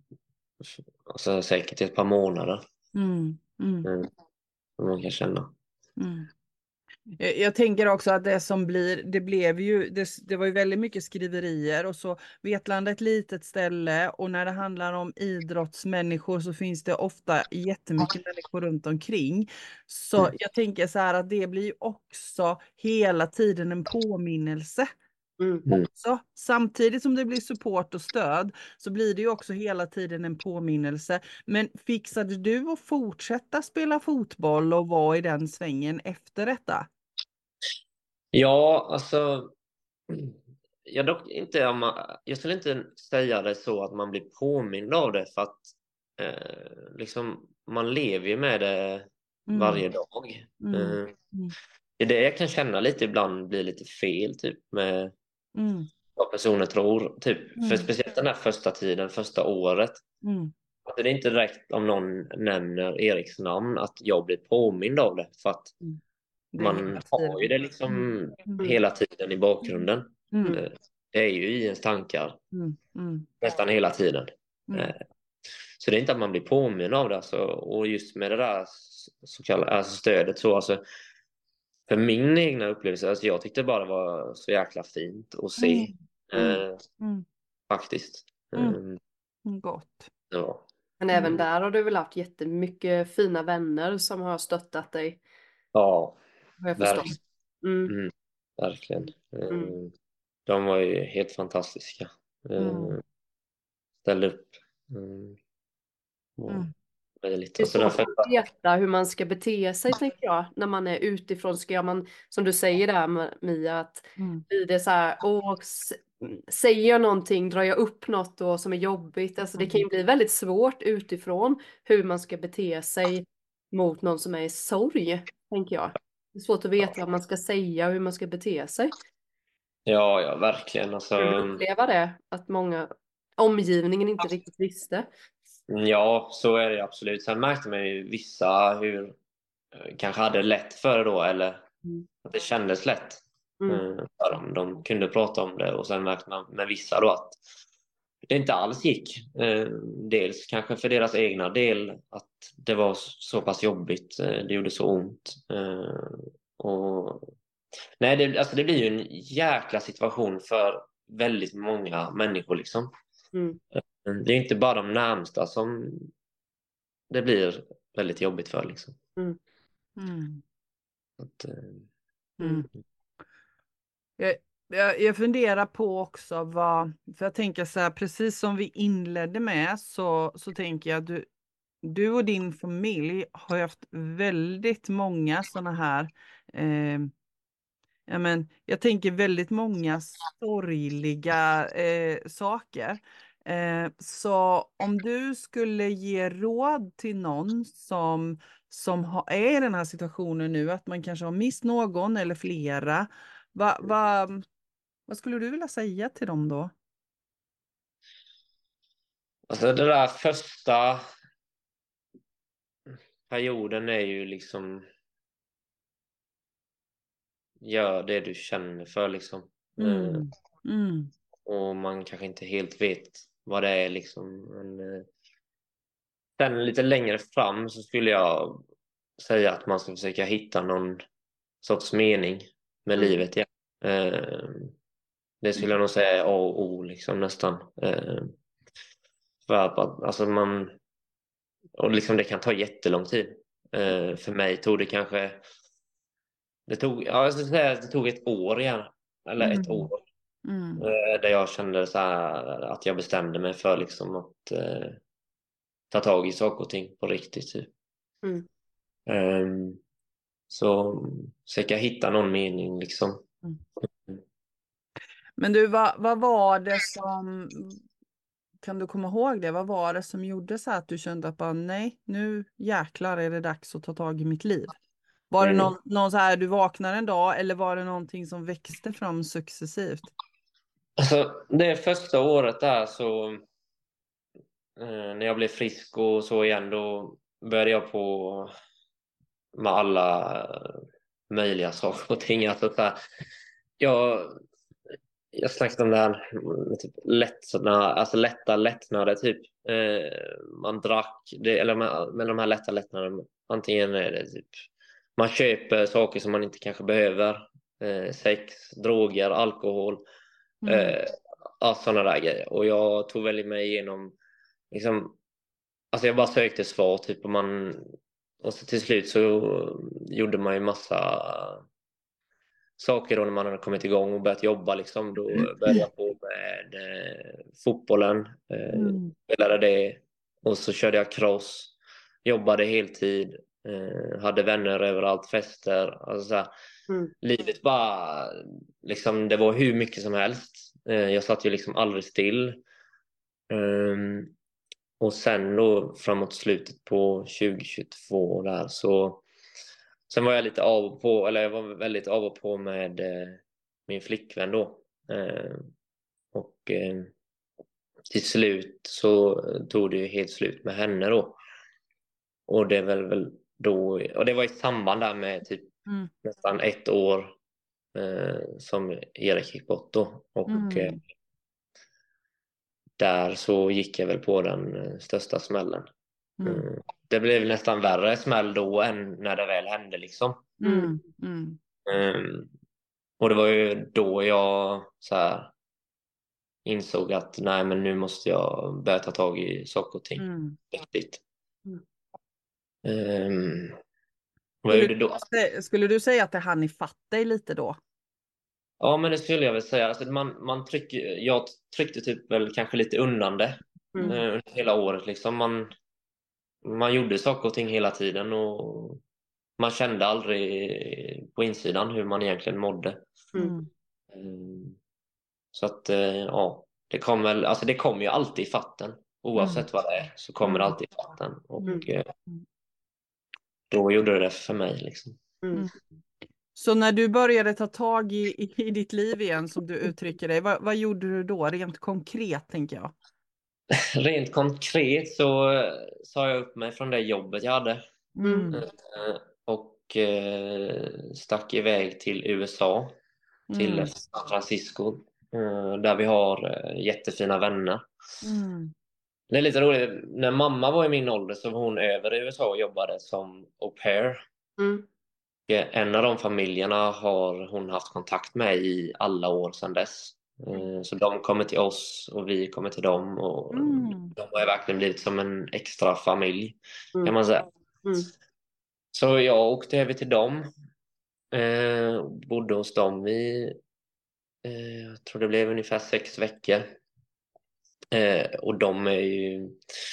alltså, säkert ett par månader. Mm. Mm. Mm. Som man kan känna. Mm. Jag jag tänker också att det som blir, det blev ju, det, det var ju väldigt mycket skriverier, och så Vetlanda är ett litet ställe, och när det handlar om idrottsmänniskor så finns det ofta jättemycket människor runt omkring. Så Mm. jag tänker så här att det blir ju också hela tiden en påminnelse. Mm. Mm. Så samtidigt som det blir support och stöd så blir det ju också hela tiden en påminnelse. Men fixade du att fortsätta spela fotboll och vara i den svängen efter detta? Ja, alltså jag dock inte om man, jag skulle inte säga det så att man blir påmind av det, för att eh, liksom man lever ju med det Mm. varje dag. Mm. Eh, Mm. det är det jag kan känna lite ibland blir lite fel typ med Mm. vad personer tror typ, Mm. för speciellt den här första tiden, första året. Mm. Alltså, det är inte direkt om någon nämner Eriks namn att jag blir påmind av det, för att Det är man hela har ju tiden. det liksom Mm. hela tiden i bakgrunden. Mm. Eh, Det är ju i ens tankar Mm. Mm. nästan hela tiden. Mm. Eh, Så det är inte att man blir påminn av det. Alltså. Och just med det där så kallade, alltså stödet. Så, alltså, för min egna upplevelse, alltså jag tyckte bara det var så jäkla fint att se. Mm. Eh, Mm. faktiskt. Mm. Eh, Gott. ja. Men Mm. även där har du väl haft jättemycket fina vänner som har stöttat dig, Ja, har jag förstått. verkligen. Mm. Mm, verkligen. Mm. Eh, de var ju helt fantastiska. Eh, Mm. ställde upp. Mm, och Mm. möjligt. Det är Alltså, den svårt första, att veta hur man ska bete sig, tänker jag, när man är utifrån. Ska man, som du säger där, Mia, att Mm. blir det så här, åh, s- säger jag någonting, drar jag upp något då som är jobbigt? Alltså det kan ju bli väldigt svårt utifrån hur man ska bete sig mot någon som är i sorg, tänker jag. Det är svårt att veta vad man ska säga och hur man ska bete sig. ja, ja, verkligen. Alltså, Kan du uppleva det? Att många, omgivningen inte riktigt visste? ja, så är det absolut. Sen märkte man ju vissa hur eh, kanske hade lätt för det då, eller Mm. att det kändes lätt Mm. eh, för dem. De kunde prata om det, och sen märkte man med vissa då att det inte alls gick. Eh, dels kanske för deras egna del att det var så pass jobbigt. Eh, det gjorde så ont. Eh, och nej, det, alltså det blir ju en jäkla situation för väldigt många människor liksom. Mm. Det är inte bara de närmsta som det blir väldigt jobbigt för liksom. Mm. Mm. Att, eh, Mm. Jag, jag, jag funderar på också vad, för jag tänker så här, precis som vi inledde med så, så tänker jag att du, du och din familj har ju haft väldigt många sådana här, eh, ja, men, jag tänker väldigt många sorgliga eh, saker. Eh, så om du skulle ge råd till någon som, som ha, är i den här situationen nu, att man kanske har mist någon eller flera, vad va, vad skulle du vilja säga till dem då? alltså det där första perioden är ju liksom, gör det du känner för liksom. Eh, Mm. Mm. och man kanske inte helt vet vad det är liksom. Men, eh, sen lite längre fram så skulle jag säga att man ska försöka hitta någon sorts mening med Mm. livet. Ja. Eh, det skulle jag nog säga är A och O liksom nästan. Eh, för att alltså man, och liksom det kan ta jättelång tid. Eh, för mig tog det kanske, det tog, ja, jag skulle säga att det tog ett år igen. Eller ett Mm. år. Mm. Eh, där jag kände så här, att jag bestämde mig för liksom att eh, ta tag i saker och ting på riktigt. Typ. Mm. Um, så försöka hitta någon mening liksom. Mm. Men du, vad, vad var det som, kan du komma ihåg det? Vad var det som gjorde så att du kände att bara, nej, nu jäklar är det dags att ta tag i mitt liv? Var det Mm. någon, någon så här, du vaknar en dag eller var det någonting som växte fram successivt? Alltså, det första året där så eh, när jag blev frisk och så igen, då började jag på med alla möjliga saker och ting. Alltså, så här, jag, jag snackade om det här med typ lättnader, alltså lätta lättnader typ. Eh, man drack, det, eller med, med de här lätta lättnaderna, antingen är det typ man köper saker som man inte kanske behöver. Eh, sex, droger, alkohol. Mm. Eh, ja, sådana där grejer. Och jag tog väl mig igenom liksom, alltså jag bara sökte svar typ, och man, och så till slut så gjorde man ju massa saker då när man hade kommit igång och börjat jobba liksom. Då började jag på med eh, fotbollen, eh, Mm. spelade det, och så körde jag cross, jobbade heltid, eh, hade vänner överallt, fester, alltså så här, Mm. livet bara liksom, det var hur mycket som helst. Eh, jag satt ju liksom aldrig still. Um, och sen då framåt slutet på tjugohundratjugotvå där så sen var jag lite av och på, eller jag var väldigt av och på med eh, min flickvän då. Eh, och eh, till slut så tog det ju helt slut med henne då. Och det är väl, väl då, och det var i samband där med typ Mm. nästan ett år eh, som Erik gick bort då. Och Mm. eh, där så gick jag väl på den eh, största smällen. Mm. Eh, Det blev nästan värre smäll då än när det väl hände liksom. Mm. Mm. Eh, Och det var ju då jag så här, insåg att nej, men nu måste jag börja ta tag i saker och ting. Mm. Riktigt. Mm. Um, vad Skulle, jag gjorde då? du, skulle du säga att det hann ifatt dig lite då? Ja, men det skulle jag väl säga. Alltså, man, man trycker, jag tryckte typ väl kanske lite undan det Mm. eh, under hela året. Liksom. Man, man gjorde saker och ting hela tiden och man kände aldrig på insidan hur man egentligen mådde. Mm. Mm. Mm. Så att, eh, ja, det kom väl, alltså det kommer ju alltid i fatten. Oavsett vad det är så kommer det Mm. alltid i fatten. Och Mm. eh, då gjorde det det för mig liksom. Mm. Så när du började ta tag i, i, i ditt liv igen, som du uttrycker dig, vad, vad gjorde du då rent konkret, tänker jag? Rent konkret så eh, sa jag upp mig från det jobbet jag hade. Mm. Eh, och eh, stack iväg till U S A, till Mm. San Francisco, eh, där vi har eh, jättefina vänner. Mm. Det är lite roligt, när mamma var i min ålder så var hon över i U S A och jobbade som au pair. Mm. En av de familjerna har hon haft kontakt med i alla år sedan dess. Eh, Så de kommer till oss och vi kommer till dem. Och Mm. de har ju verkligen blivit som en extra familj, Mm. kan man säga. Mm. Så jag åkte över till dem. Eh, bodde hos dem i, eh, jag tror det blev ungefär sex veckor. Eh, och de är ju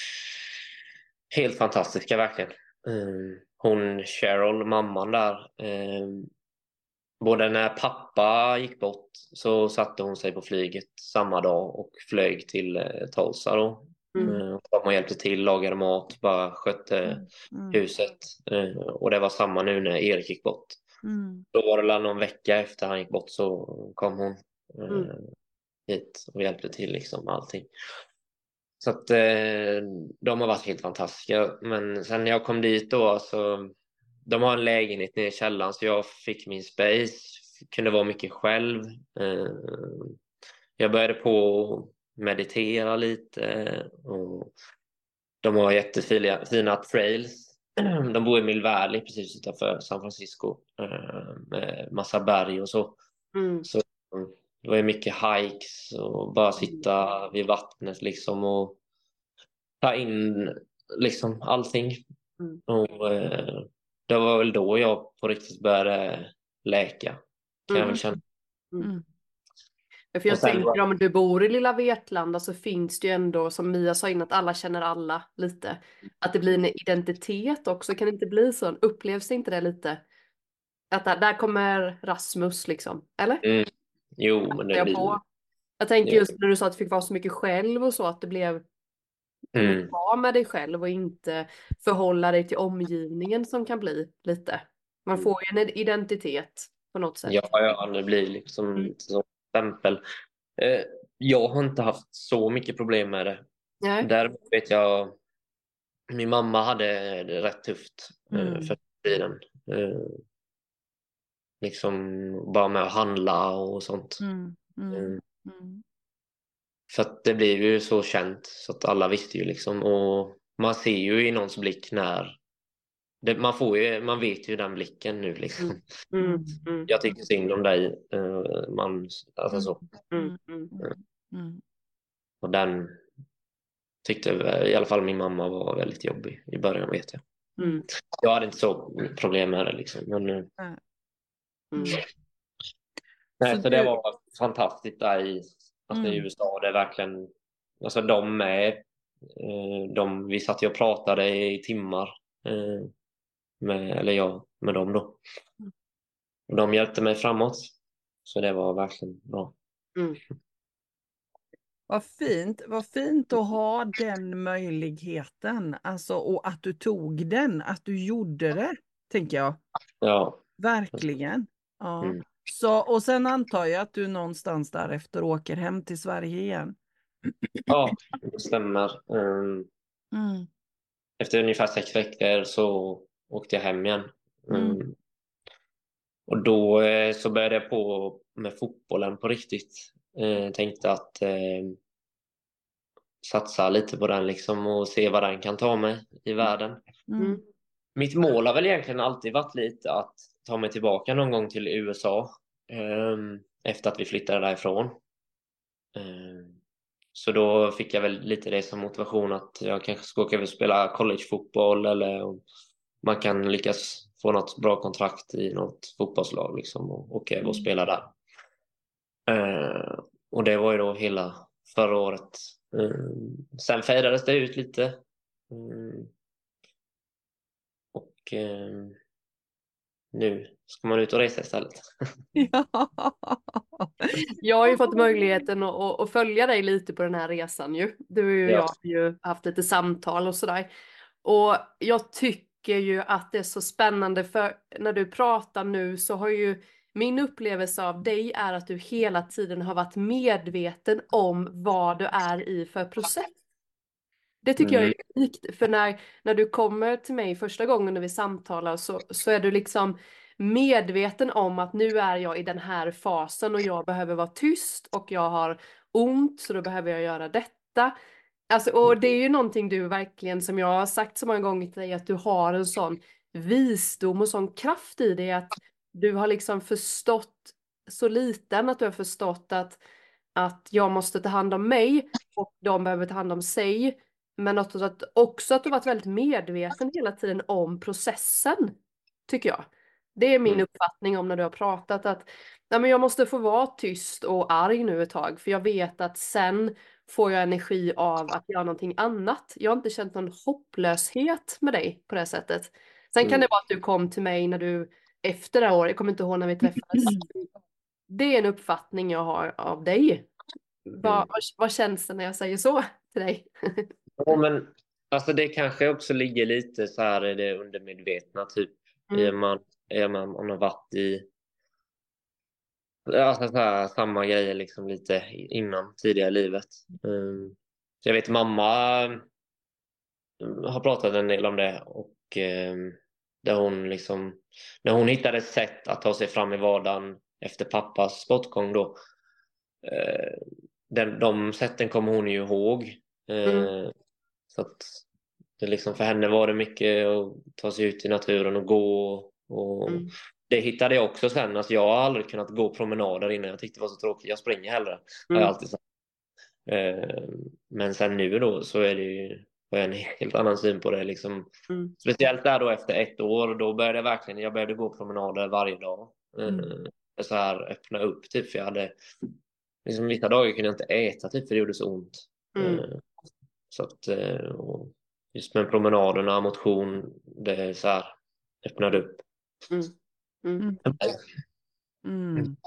helt fantastiska verkligen. Eh, hon Cheryl, mamman där, eh, både när pappa gick bort så satte hon sig på flyget samma dag och flög till eh, Tulsa då. Mm. Eh, och hjälpte till, lagade mat, bara skötte Mm. huset. Eh, och det var samma nu när Erik gick bort. Mm. Då var det någon vecka efter han gick bort så kom hon eh, Mm. hit och hjälpte till liksom allting. Så att eh, de har varit helt fantastiska. Men sen när jag kom dit då så de har en lägenhet nere i källaren så jag fick min space, kunde vara mycket själv. Eh, jag började på meditera lite och de har jättefina fina trails. De bor i Mill Valley precis utanför San Francisco eh, med massa berg och så. Mm. Så det var ju mycket hikes och bara sitta vid vattnet liksom och ta in liksom allting. Mm. Och eh, det var väl då jag på riktigt började läka, kan jag väl känna. Mm. Ja, för jag Och sen- tänker om du bor i lilla Vetlanda så finns det ju ändå, som Mia sa innan, att alla känner alla lite. Att det blir en identitet också, kan det inte bli så? Upplevs det inte det lite? Att där, där kommer Rasmus liksom, eller? Mm. Jo, men det jag, blir... på. jag tänker Ja. just när du sa att du fick vara så mycket själv och så, att det blev Mm. vara med dig själv och inte förhålla dig till omgivningen som kan bli lite. Man får ju en identitet på något sätt. Ja, ja, det blir liksom Mm. lite som stämpel. Eh, jag har inte haft så mycket problem med det. Nej. Däremot vet jag, min mamma hade det rätt tufft eh, Mm. för tiden. Eh, liksom bara med att handla och sånt. Mm. Mm. Mm. Mm. För att det blev ju så känt så att alla visste ju liksom. Och man ser ju i någons blick när det, man får ju, man vet ju den blicken nu liksom. Mm. Mm. Mm. Jag tycker synd om dig. eh, Man, alltså så. Mm. Mm. Mm. Och den tyckte i alla fall min mamma var väldigt jobbig i början, vet jag. Mm. Jag hade inte så problem med det liksom. Men, eh, Mm. nej, Så så du- det var fantastiskt där i, alltså i Mm. U S A. Det är verkligen, alltså de med, eh, de, vi satt ju och pratade i timmar eh, med, eller jag med dem då. Och de hjälpte mig framåt. Så det var verkligen bra. Mm. Vad fint, vad fint att ha den möjligheten, alltså, och att du tog den, att du gjorde det, tänker jag. Ja. Verkligen. Ja. Mm. Så, och sen antar jag att du någonstans därefter åker hem till Sverige igen. Ja, det stämmer. Um, Mm. efter ungefär sex veckor så åkte jag hem igen. Um, Mm. Och då eh, så började jag på med fotbollen på riktigt. Eh, tänkte att eh, satsa lite på den liksom och se vad den kan ta mig i världen. Mm. Mitt mål har väl egentligen alltid varit lite att ta mig tillbaka någon gång till U S A eh, efter att vi flyttade därifrån. Eh, så då fick jag väl lite det som motivation att jag kanske ska åka och spela collegefotboll eller om man kan lyckas få något bra kontrakt i något fotbollslag liksom, och åka och spela där. Eh, och det var ju då hela förra året. Eh, sen fejdades det ut lite. Mm. Och eh, nu ska man ut och resa istället. Ja. Jag har ju fått möjligheten att, att, att följa dig lite på den här resan ju. Du och jag Ja. har ju haft lite samtal och sådär. Och jag tycker ju att det är så spännande för när du pratar nu så har ju min upplevelse av dig är att du hela tiden har varit medveten om vad du är i för process. Det tycker Mm. jag är unikt, för när, när du kommer till mig första gången när vi samtalar så, så är du liksom medveten om att nu är jag i den här fasen och jag behöver vara tyst och jag har ont så då behöver jag göra detta. Alltså, och det är ju någonting du verkligen, som jag har sagt så många gånger till dig, att du har en sån visdom och sån kraft i dig att du har liksom förstått så liten att du har förstått att, att jag måste ta hand om mig och de behöver ta hand om sig. Men också att, också att du varit väldigt medveten hela tiden om processen, tycker jag. Det är min Mm. uppfattning om när du har pratat att nej, men jag måste få vara tyst och arg nu ett tag. För jag vet att sen får jag energi av att göra någonting annat. Jag har inte känt någon hopplöshet med dig på det sättet. Sen kan Mm. det vara att du kom till mig när du efter det här året, jag kommer inte ihåg när vi träffades. Det är en uppfattning jag har av dig. Vad, Mm. vad, vad känns det när jag säger så till dig? Ja, men alltså det kanske också ligger lite så här i det undermedvetna typ. Mm. Är man, är man, man har varit i alltså så här, samma grejer liksom lite innan tidigare i livet. Um, så jag vet mamma um, har pratat en del om det och um, där hon liksom när hon hittade ett sätt att ta sig fram i vardagen efter pappas bortgång då uh, den, de sätten kommer hon ju ihåg. Uh, Mm. Så att det liksom, för henne var det mycket att ta sig ut i naturen och gå. Och Mm. det hittade jag också sen. Alltså jag har aldrig kunnat gå promenader innan. Jag tyckte det var så tråkigt. Jag springer hellre. Mm. Har jag alltid sagt. Men sen nu då så är det ju har jag en helt annan syn på det. Liksom. Mm. Speciellt där då efter ett år. Då började jag verkligen jag började gå promenader varje dag. Mm. Så här öppna upp typ. För jag hade liksom, vissa dagar kunde jag inte äta typ för det gjorde så ont. Mm. Så att och just med promenaderna, motion, det är så här öppnade upp. Mm. Mm. Mm.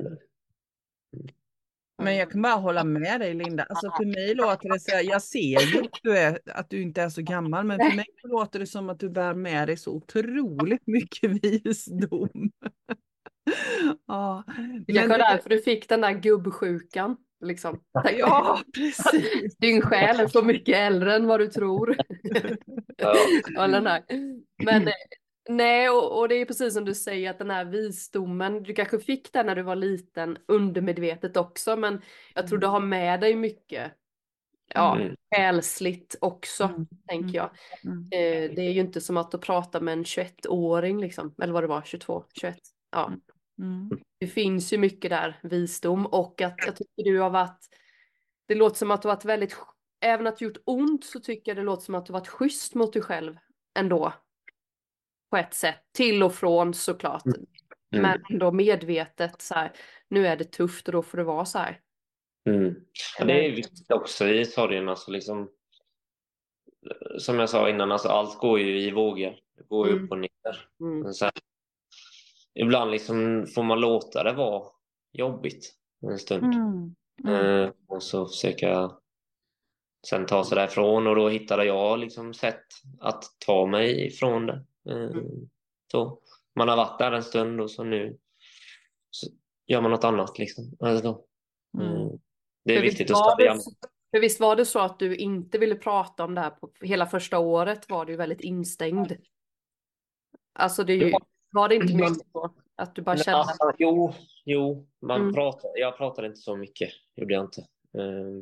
Men jag kan bara hålla med dig, Linda. Alltså för mig låter det så här, jag ser ju att du, är, att du inte är så gammal, men för mig låter det som att du bär med dig så otroligt mycket visdom. Ja, Det kanske var det- därför du fick den där gubbsjukan. Liksom. ja, precis. Din själ är så mycket äldre än vad du tror. Ja. Eller nej. Men nej, och, och det är precis som du säger att den här visdomen, du kanske fick den när du var liten undermedvetet också, men jag tror du har med dig mycket. Ja, Mm. själsligt också, Mm. tänker jag. Mm. Eh, det är ju inte som att prata med en tjugoett-åring liksom, eller vad det var, tjugotvå, tjugoett. Ja. Mm. Det finns ju mycket där, visdom, och att jag tycker du har varit, det låter som att du har varit väldigt, även att det gjort ont så tycker jag det låter som att du har varit schysst mot dig själv ändå. På ett sätt, till och från såklart. Mm. Men ändå medvetet så här, nu är det tufft och då får det vara så här. Mm. Ja, det är viktigt också i sorgen. Alltså liksom, som jag sa innan, alltså allt går ju i vågor. Det går ju Mm. upp och ner. Mm. Men sen, ibland liksom får man låta det vara jobbigt en stund. Mm. Mm. Eh, och så försöka sen ta sig därifrån. Och då hittade jag liksom sätt att ta mig ifrån det. Eh, Mm. så. Man har varit där en stund och så nu så gör man något annat. Liksom. Alltså, Mm. eh, det är För viktigt visst att var ställa det, för visst var det så att du inte ville prata om det här på hela första året, var du ju väldigt instängd. Alltså det är ju, Ja. var det inte mycket så att du bara Men kände alltså, jo, jo man Mm. pratar, jag pratade inte så mycket, gjorde jag inte. Um,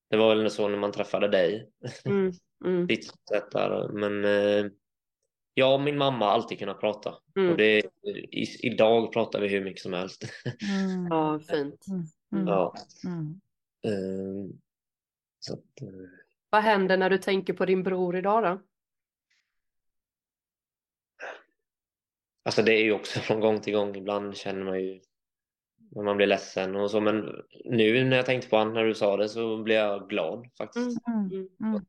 det var väl så när man träffade dig. Mm. Mm. Ditt sätt där. Men eh, jag och min mamma har alltid kunnat prata. Mm. Och det, i, idag pratar vi hur mycket som helst. Mm. Ja, fint. Mm. Mm. Ja. Mm. Eh, så att, eh, Vad händer när du tänker på din bror idag då? alltså det är ju också från gång till gång. Ibland känner man ju när man blir ledsen och så. Men nu när jag tänkte på han när du sa det så blev jag glad faktiskt. Mm. Mm. Mm.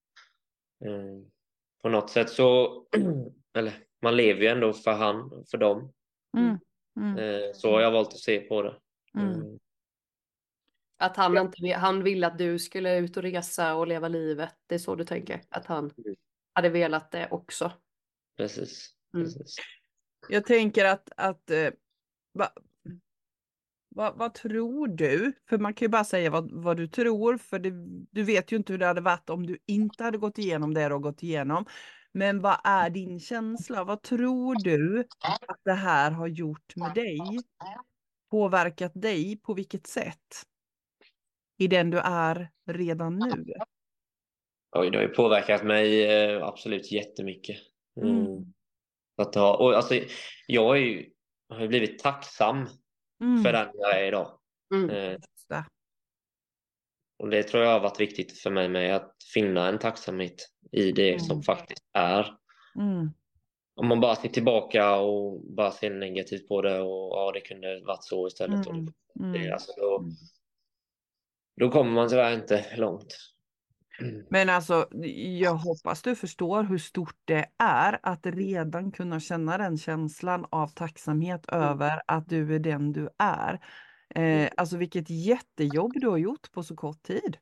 Mm. Eh, på något sätt så, eller man lever ju ändå för han, för dem. Mm. Mm. Eh, så har jag valt att se på det. Mm. Eh, Att han inte han ville att du skulle ut och resa och leva livet. Det är så du tänker? Att han Mm. hade velat det också. precis. Mm. precis. Jag tänker att, att eh, va, va, vad tror du? För man kan ju bara säga vad, vad du tror, för det, du vet ju inte hur det hade varit om du inte hade gått igenom det du har gått igenom. Men vad är din känsla? Vad tror du att det här har gjort med dig? Påverkat dig på vilket sätt? I den du är redan nu? Oj, det har ju påverkat mig eh, absolut jättemycket. Mm. Mm. Att ha, och alltså, jag är ju, har ju blivit tacksam Mm. för den jag är idag. Mm. Eh, Just det. och det tror jag har varit viktigt för mig med att finna en tacksamhet i det Mm. som faktiskt är. Mm. Om man bara ser tillbaka och bara ser negativt på det och ja, det kunde varit så istället. Mm. Och det, Mm. alltså, då, då kommer man tyvärr inte långt. Men alltså, jag hoppas du förstår hur stort det är att redan kunna känna den känslan av tacksamhet över att du är den du är. Eh, alltså vilket jättejobb du har gjort på så kort tid.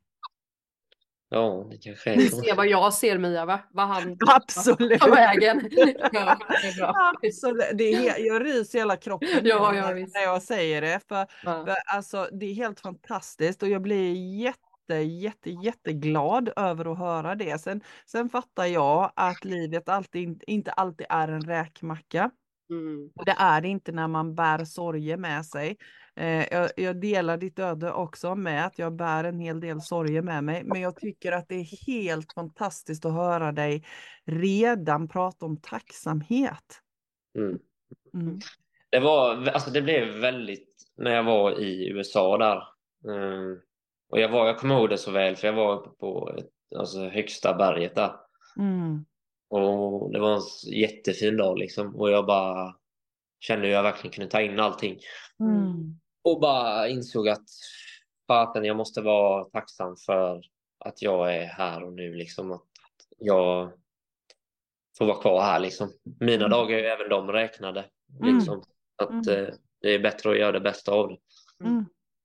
Ja, det kanske är Ni så. ser vad jag ser, Mia, va? Vad han Absolut. tar vägen. Ja, det är bra. Absolut. Det är he- jag ryser i hela kroppen Ja, när- ja, visst. när jag säger det. För, Ja. för alltså, det är helt fantastiskt och jag blir jätte, jätte, jätteglad över att höra det. Sen, sen fattar jag att livet alltid, inte alltid är en räkmacka. Mm. Det är det inte när man bär sorger med sig. Eh, jag, jag delar ditt öde också med att jag bär en hel del sorger med mig. Men jag tycker att det är helt fantastiskt att höra dig redan prata om tacksamhet. Mm. Mm. Det var, alltså det blev väldigt, när jag var i U S A där. Mm. Och jag, var, jag kommer ihåg det så väl, för jag var uppe på ett, alltså högsta berget där. Mm. Och det var en jättefin dag liksom. Och jag bara kände hur jag verkligen kunde ta in allting. Mm. Och bara insåg att faten, jag måste vara tacksam för att jag är här och nu liksom. Att jag får vara kvar här liksom. Mina Mm. dagar är även de räknade. Mm. Liksom. Att Mm. eh, det är bättre att göra det bästa av det. Mm.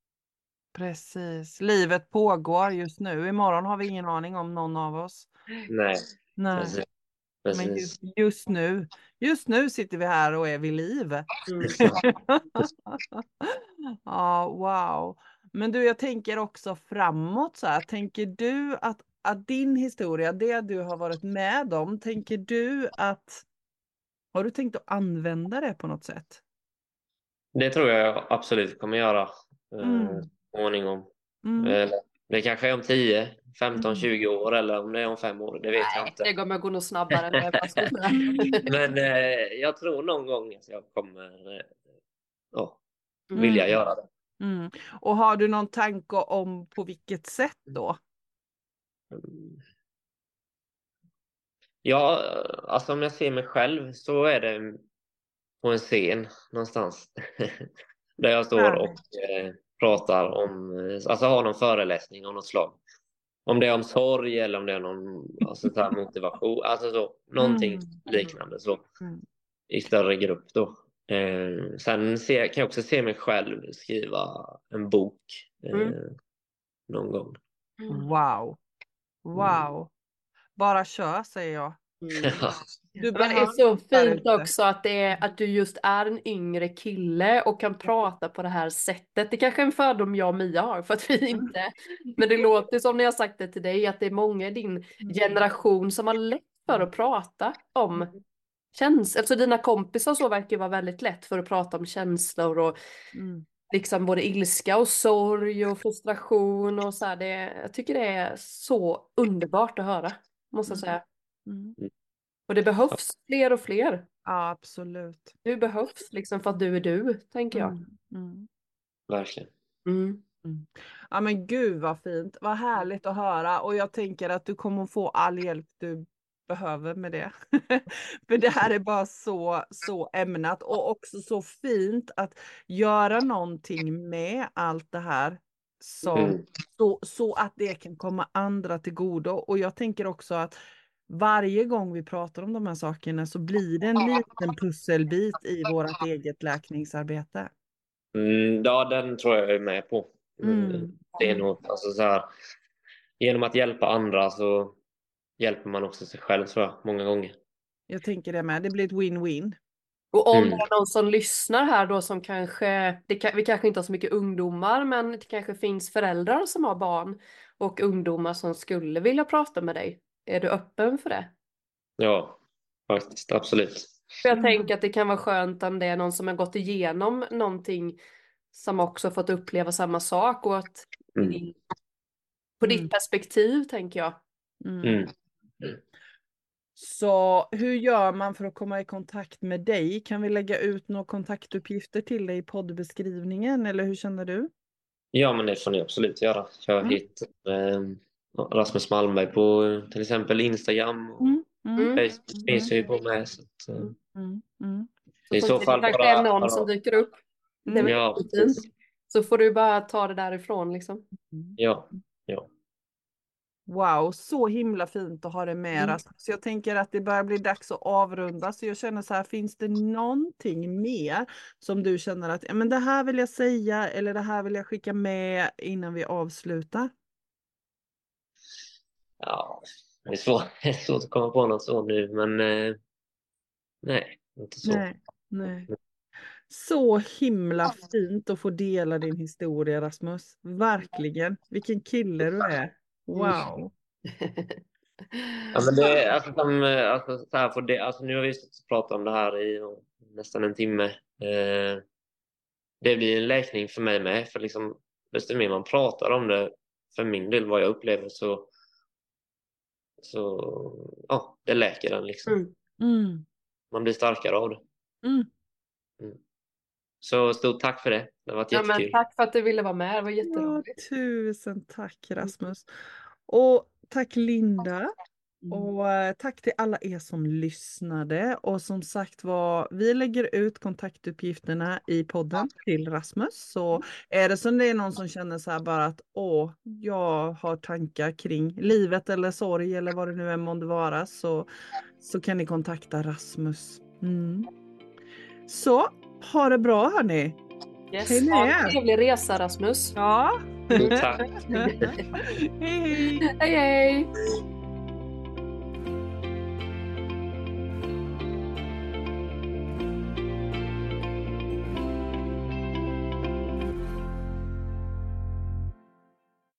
Precis. Livet pågår just nu. Imorgon har vi ingen aning om någon av oss. Nej, Nej. precis. Men precis. just, just nu, just nu sitter vi här och är vid liv. Mm. Ja, wow. Men du, jag tänker också framåt så här. Tänker du att, att din historia, det du har varit med om, tänker du att, har du tänkt att använda det på något sätt? Det tror jag absolut kommer göra. Eh, Mm. Ordning Mm. Eller, det kanske är om tio, femton, Mm. tjugo år eller om det är om fem år. Det vet jag Nej, inte. det kommer gå nog snabbare än det. Jag skulle säga. Men eh, jag tror någon gång att jag kommer eh, ja, Mm. vilja göra det. Mm. Och har du någon tanke om på vilket sätt då? Mm. Ja, alltså om jag ser mig själv så är det på en scen någonstans. Där jag står och eh, pratar om, eh, alltså har någon föreläsning av något slag. Om det är om sorg eller om det är någon alltså, så här motivation, alltså så, någonting Mm. liknande så Mm. i större grupp då. Eh, sen ser, kan jag också se mig själv skriva en bok eh, Mm. någon gång. Wow. Wow. Bara kör, säger jag. Mm. Du Men det är behöver så där fint ute. också att, det är, att du just är en yngre kille och kan prata på det här sättet. Det kanske är en fördom jag och Mia har för att vi inte... Men det låter som när jag sagt det till dig att det är många i din generation som har lätt för att prata om känslor. Alltså dina kompisar så verkar vara väldigt lätt för att prata om känslor och Mm. liksom både ilska och sorg och frustration och så här, det, jag tycker det är så underbart att höra, måste jag säga. Mm. Och det behövs fler och fler. Ja, absolut. Du behövs liksom för att du är du, tänker jag. Mm. Mm. Verkligen. Mm. Mm. Ja men gud vad fint, vad härligt att höra och jag tänker att du kommer få all hjälp du behöver med det. För det här är bara så, så ämnat och också så fint att göra någonting med allt det här som, Mm. så, så att det kan komma andra till godo. Och jag tänker också att varje gång vi pratar om de här sakerna så blir det en liten pusselbit i vårt eget läkningsarbete. Mm, ja, den tror jag är med på. Mm. Det är nog, alltså så här, genom att hjälpa andra så hjälper man också sig själv, tror jag, många gånger. Jag tänker det med, det blir ett win-win. Och om Mm. det är någon som lyssnar här då som kanske, det kan, vi kanske inte har så mycket ungdomar, men det kanske finns föräldrar som har barn och ungdomar som skulle vilja prata med dig. Är du öppen för det? Ja, faktiskt, absolut. För jag Mm. tänker att det kan vara skönt om det är någon som har gått igenom någonting som också fått uppleva samma sak och att Mm. i- på Mm. ditt perspektiv tänker jag. Mm. Mm. Så hur gör man för att komma i kontakt med dig? Kan vi lägga ut några kontaktuppgifter till dig i poddbeskrivningen eller hur känner du? Ja, men det får ni absolut göra. Jag Mm. hittar eh, Rasmus Malmberg på eh, till exempel Instagram och Mm. Mm. Mm. Facebook finns ju på med. Så att, eh, Mm. Mm. i Så så det fall kanske bara... är någon bara- som dyker upp. Det är väl Ja, jättefint. precis. Så får du bara ta det därifrån liksom. Ja, ja. Wow, så himla fint att ha det med. Mm. Rasmus. Så jag tänker att det börjar bli dags att avrunda. Så jag känner så här, finns det någonting mer som du känner att ja, men det här vill jag säga eller det här vill jag skicka med innan vi avslutar? Ja, det är svårt, det är svårt att komma på något så nu, men eh, nej, inte så. Nej, nej. Så himla fint att få dela din historia, Rasmus. Verkligen. Vilken kille du är. Wow. Ja, men det är alltså, som, eh, alltså, så här, för det, alltså nu har vi pratat om det här i oh, nästan en timme. Eh, det blir en läkning för mig med, för liksom, desto mer man pratar om det, för min del, vad jag upplever, så så ja, det läker den liksom. Mm. Mm. Man blir starkare av det. Mm. Mm. Så stort tack för det. Det har varit Ja, jättekul. men tack för att du ville vara med. Det var Ja, jätteroligt. tusen tack Rasmus. Och tack Linda. Och eh, tack till alla er som lyssnade. Och som sagt var, vi lägger ut kontaktuppgifterna i podden till Rasmus. Så är det som det är någon som känner så här bara att åh, jag har tankar kring livet eller sorg eller vad det nu än månde vara, så, så kan ni kontakta Rasmus. Mm. Så, ha det bra hörni. Yes. Hej med Ha er. en trevlig resa Rasmus. Ja. Stort tack. Hej hej. Hej hej!